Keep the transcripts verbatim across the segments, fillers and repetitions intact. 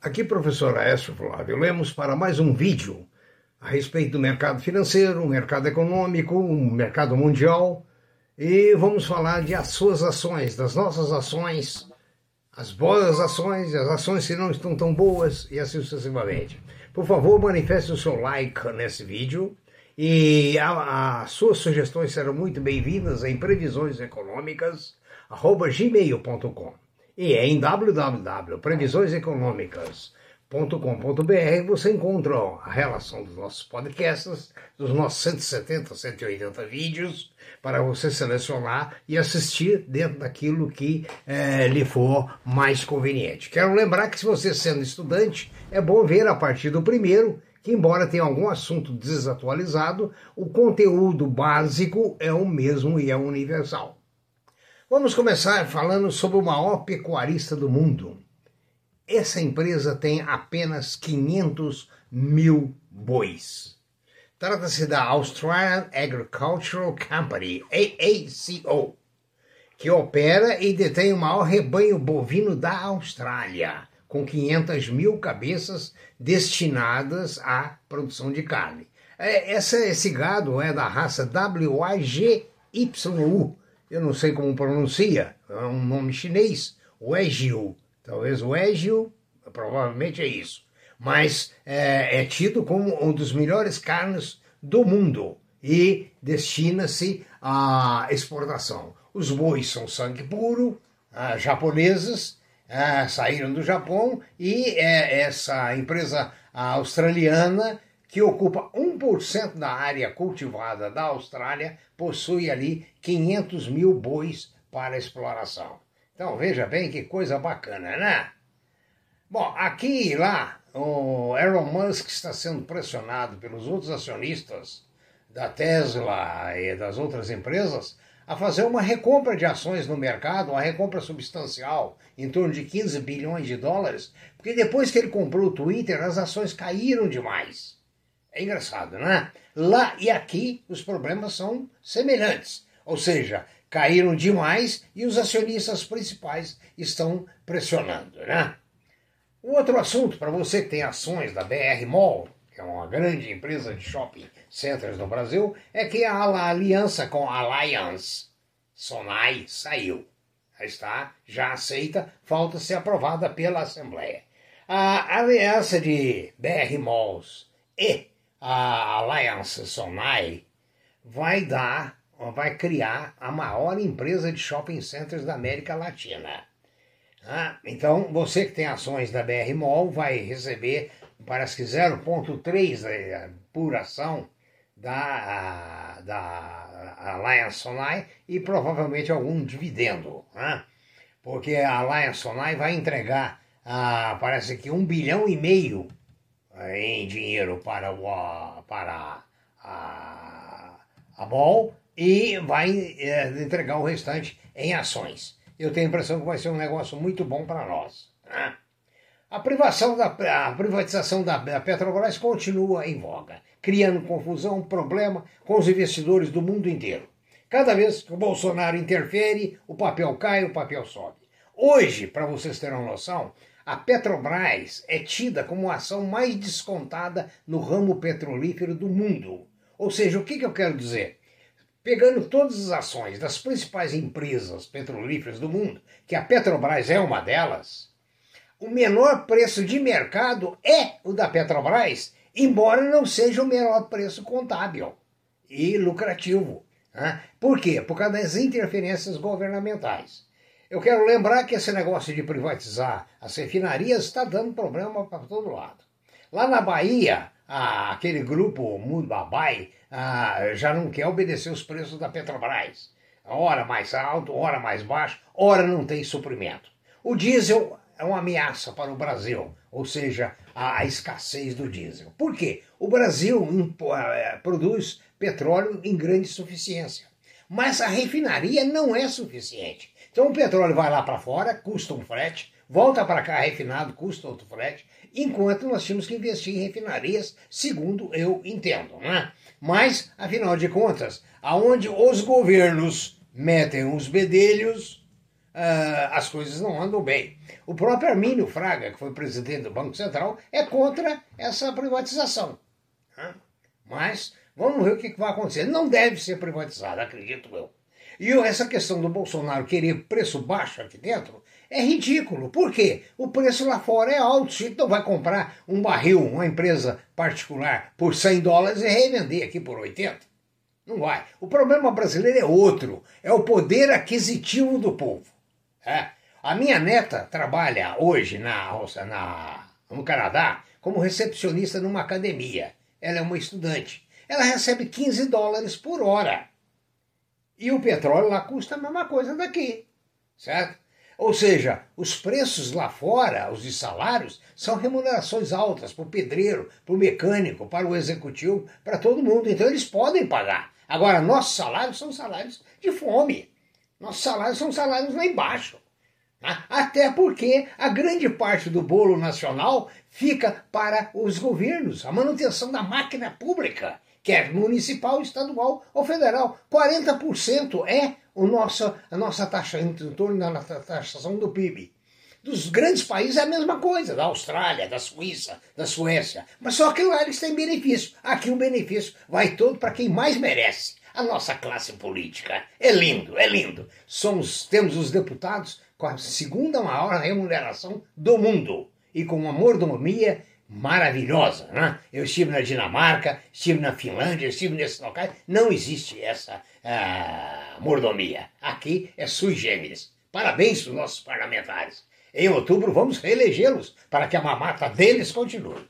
Aqui, professor Aécio Flávio Lemos, para mais um vídeo a respeito do mercado financeiro, mercado econômico, mercado mundial, e vamos falar de as suas ações, das nossas ações, as boas ações, as ações que não estão tão boas e assim sucessivamente. Por favor, manifeste o seu like nesse vídeo e as suas sugestões serão muito bem-vindas em previsões econômicas arroba gmail ponto com. E em w w w ponto previsões econômicas ponto com ponto b r você encontra a relação dos nossos podcasts, dos nossos cento e setenta, cento e oitenta vídeos, para você selecionar e assistir dentro daquilo que é, lhe for mais conveniente. Quero lembrar que se você sendo estudante, é bom ver a partir do primeiro, que embora tenha algum assunto desatualizado, o conteúdo básico é o mesmo e é universal. Vamos começar falando sobre o maior pecuarista do mundo. Essa empresa tem apenas quinhentos mil bois. Trata-se da Australian Agricultural Company, A A C O, que opera e detém o maior rebanho bovino da Austrália, com quinhentas mil cabeças destinadas à produção de carne. Essa, esse gado é da raça W A G Y U. Eu não sei como pronuncia, é um nome chinês, Wagyu, talvez Wagyu, provavelmente é isso, mas é, é tido como um dos melhores carnes do mundo e destina-se à exportação. Os bois são sangue puro, ah, japoneses, ah, saíram do Japão e é essa empresa australiana que ocupa um por cento da área cultivada da Austrália, possui ali quinhentos mil bois para exploração. Então veja bem que coisa bacana, né? Bom, aqui e lá, o Elon Musk está sendo pressionado pelos outros acionistas da Tesla e das outras empresas a fazer uma recompra de ações no mercado, uma recompra substancial, em torno de quinze bilhões de dólares, porque depois que ele comprou o Twitter, as ações caíram demais. É engraçado, né? Lá e aqui os problemas são semelhantes, ou seja, caíram demais e os acionistas principais estão pressionando, né? O outro assunto, para você que tem ações da B R Mall, que é uma grande empresa de shopping centers no Brasil, é que a aliança com a Alliance Sonai saiu. Já está, já aceita, falta ser aprovada pela Assembleia. A aliança de B R Malls e a Alliance Sonai vai dar, vai criar a maior empresa de shopping centers da América Latina. Ah, então, você que tem ações da B R Mall vai receber, parece que zero vírgula três por ação da, da Alliance Sonai e provavelmente algum dividendo. Ah, porque a Alliance Sonai vai entregar, ah, parece que um bilhão e meio em dinheiro para, o, para a, a Mall e vai é, entregar o restante em ações. Eu tenho a impressão que vai ser um negócio muito bom para nós. Né? A, privação da, a privatização da, da Petrobras continua em voga, criando confusão, problema com os investidores do mundo inteiro. Cada vez que o Bolsonaro interfere, o papel cai, o papel sobe. Hoje, para vocês terem uma noção, a Petrobras é tida como a ação mais descontada no ramo petrolífero do mundo. Ou seja, o que, que eu quero dizer? Pegando todas as ações das principais empresas petrolíferas do mundo, que a Petrobras é uma delas, o menor preço de mercado é o da Petrobras, embora não seja o menor preço contábil e lucrativo. Né? Por quê? Por causa das interferências governamentais. Eu quero lembrar que esse negócio de privatizar as refinarias está dando problema para todo lado. Lá na Bahia, ah, aquele grupo Mubabai ah, já não quer obedecer os preços da Petrobras. Hora mais alto, hora mais baixo, hora não tem suprimento. O diesel é uma ameaça para o Brasil, ou seja, a, a escassez do diesel. Por quê? O Brasil impo, é, produz petróleo em grande suficiência, mas a refinaria não é suficiente. Então o petróleo vai lá para fora, custa um frete, volta para cá refinado, custa outro frete, enquanto nós tínhamos que investir em refinarias, segundo eu entendo, né? Mas, afinal de contas, aonde os governos metem os bedelhos, uh, as coisas não andam bem. O próprio Armínio Fraga, que foi presidente do Banco Central, é contra essa privatização. Né? Mas vamos ver o que vai acontecer. Não deve ser privatizado, acredito eu. E essa questão do Bolsonaro querer preço baixo aqui dentro é ridículo. Por quê? O preço lá fora é alto. Se então vai comprar um barril, uma empresa particular, por cem dólares e revender aqui por oitenta. Não vai. O problema brasileiro é outro. É o poder aquisitivo do povo. É. A minha neta trabalha hoje na, na, no Canadá como recepcionista numa academia. Ela é uma estudante. Ela recebe quinze dólares por hora. E o petróleo lá custa a mesma coisa daqui. Certo? Ou seja, os preços lá fora, os de salários, são remunerações altas para o pedreiro, para o mecânico, para o executivo, para todo mundo. Então eles podem pagar. Agora, nossos salários são salários de fome. Nossos salários são salários lá embaixo. Até porque a grande parte do bolo nacional fica para os governos, a manutenção da máquina pública, quer municipal, estadual ou federal. quarenta por cento é o nosso, a nossa taxa, em torno da taxação do P I B. Dos grandes países é a mesma coisa, da Austrália, da Suíça, da Suécia. Mas só que lá eles têm benefício. Aqui o benefício vai todo para quem mais merece. A nossa classe política. É lindo, é lindo. Somos, temos os deputados com a segunda maior remuneração do mundo. E com uma mordomia maravilhosa. Né? Eu estive na Dinamarca, estive na Finlândia, estive nesses locais. Não existe essa ah, mordomia. Aqui é sui generis. Parabéns para os nossos parlamentares. Em outubro vamos reelegê-los para que a mamata deles continue.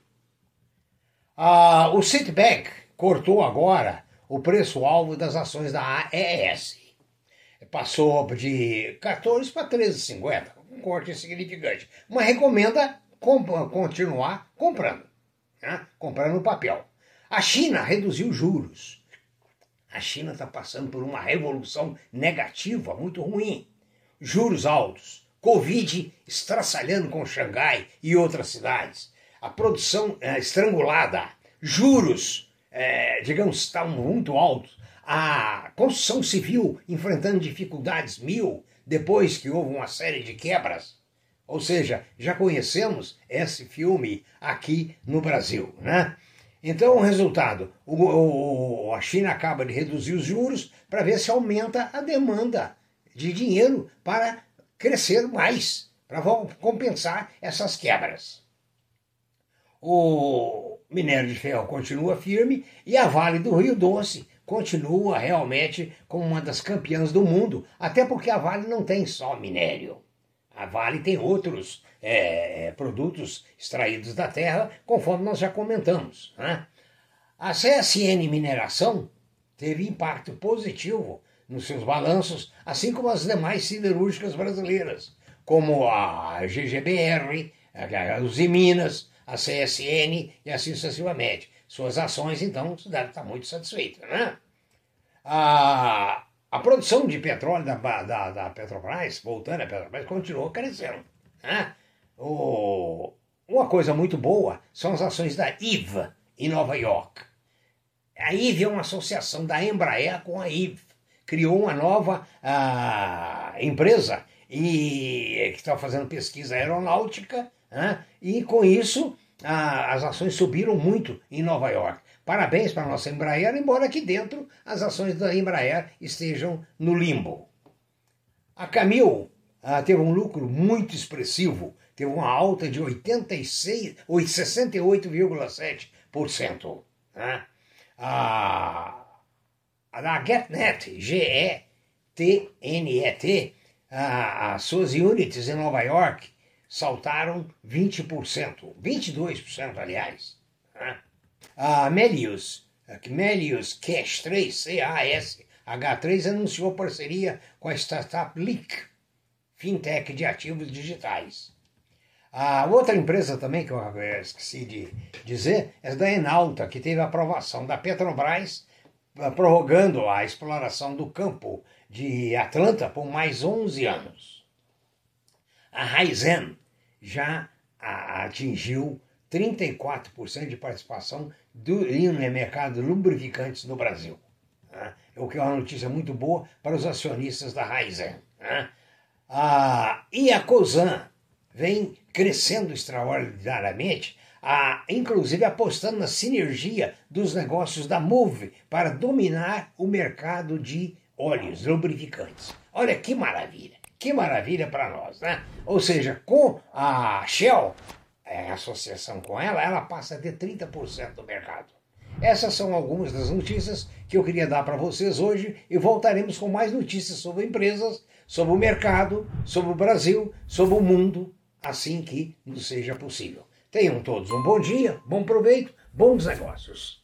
Ah, o Citibank cortou agora o preço-alvo das ações da A E S. Passou de quatorze para treze e cinquenta, um corte insignificante. Mas recomenda comp continuar comprando, né? Comprando papel. A China reduziu juros. A China está passando por uma revolução negativa muito ruim. Juros altos. Covid estraçalhando com Xangai e outras cidades. A produção é, estrangulada. Juros, é, digamos, estão muito altos. A construção civil enfrentando dificuldades mil depois que houve uma série de quebras. Ou seja, já conhecemos esse filme aqui no Brasil, né? Então, o resultado, o, o, a China acaba de reduzir os juros para ver se aumenta a demanda de dinheiro para crescer mais, para compensar essas quebras. O minério de ferro continua firme e a Vale do Rio Doce continua realmente como uma das campeãs do mundo, até porque a Vale não tem só minério. A Vale tem outros é, produtos extraídos da terra, conforme nós já comentamos. Né? A C S N Mineração teve impacto positivo nos seus balanços, assim como as demais siderúrgicas brasileiras, como a G G B R, a Uzi Minas, a C S N e assim sucessivamente. Suas ações, então, devem estar muito satisfeitas. Né? A, a produção de petróleo da, da, da Petrobras, voltando à Petrobras, continuou crescendo. Né? O, uma coisa muito boa são as ações da I V em Nova York. A I V é uma associação da Embraer com a I V. Criou uma nova ah, empresa e, que está fazendo pesquisa aeronáutica, né? E com isso ah, as ações subiram muito em Nova York. Parabéns para a nossa Embraer, embora aqui dentro as ações da Embraer estejam no limbo. A Camil ah, teve um lucro muito expressivo, teve uma alta de oitenta e seis, sessenta e oito vírgula sete por cento. Né? A A GetNet, G E T N E T, as suas units em Nova York saltaram vinte por cento, vinte e dois por cento, aliás. A Melius, Melius Cash três, C A S H três, anunciou parceria com a startup Leak, fintech de ativos digitais. A outra empresa também, que eu esqueci de dizer, é da Enalta, que teve a aprovação da Petrobras prorrogando a exploração do campo de Atlanta por mais onze anos. A Raizen já atingiu trinta e quatro por cento de participação do, no mercado de lubrificantes no Brasil. Né? O que é uma notícia muito boa para os acionistas da Raizen. Né? Ah, e a Cosan vem crescendo extraordinariamente, ah, inclusive apostando na sinergia dos negócios da Moove para dominar o mercado de óleos lubrificantes. Olha que maravilha, que maravilha para nós, né? Ou seja, com a Shell, a associação com ela, ela passa a ter trinta por cento do mercado. Essas são algumas das notícias que eu queria dar para vocês hoje e voltaremos com mais notícias sobre empresas, sobre o mercado, sobre o Brasil, sobre o mundo, assim que nos seja possível. Tenham todos um bom dia, bom proveito, bons negócios.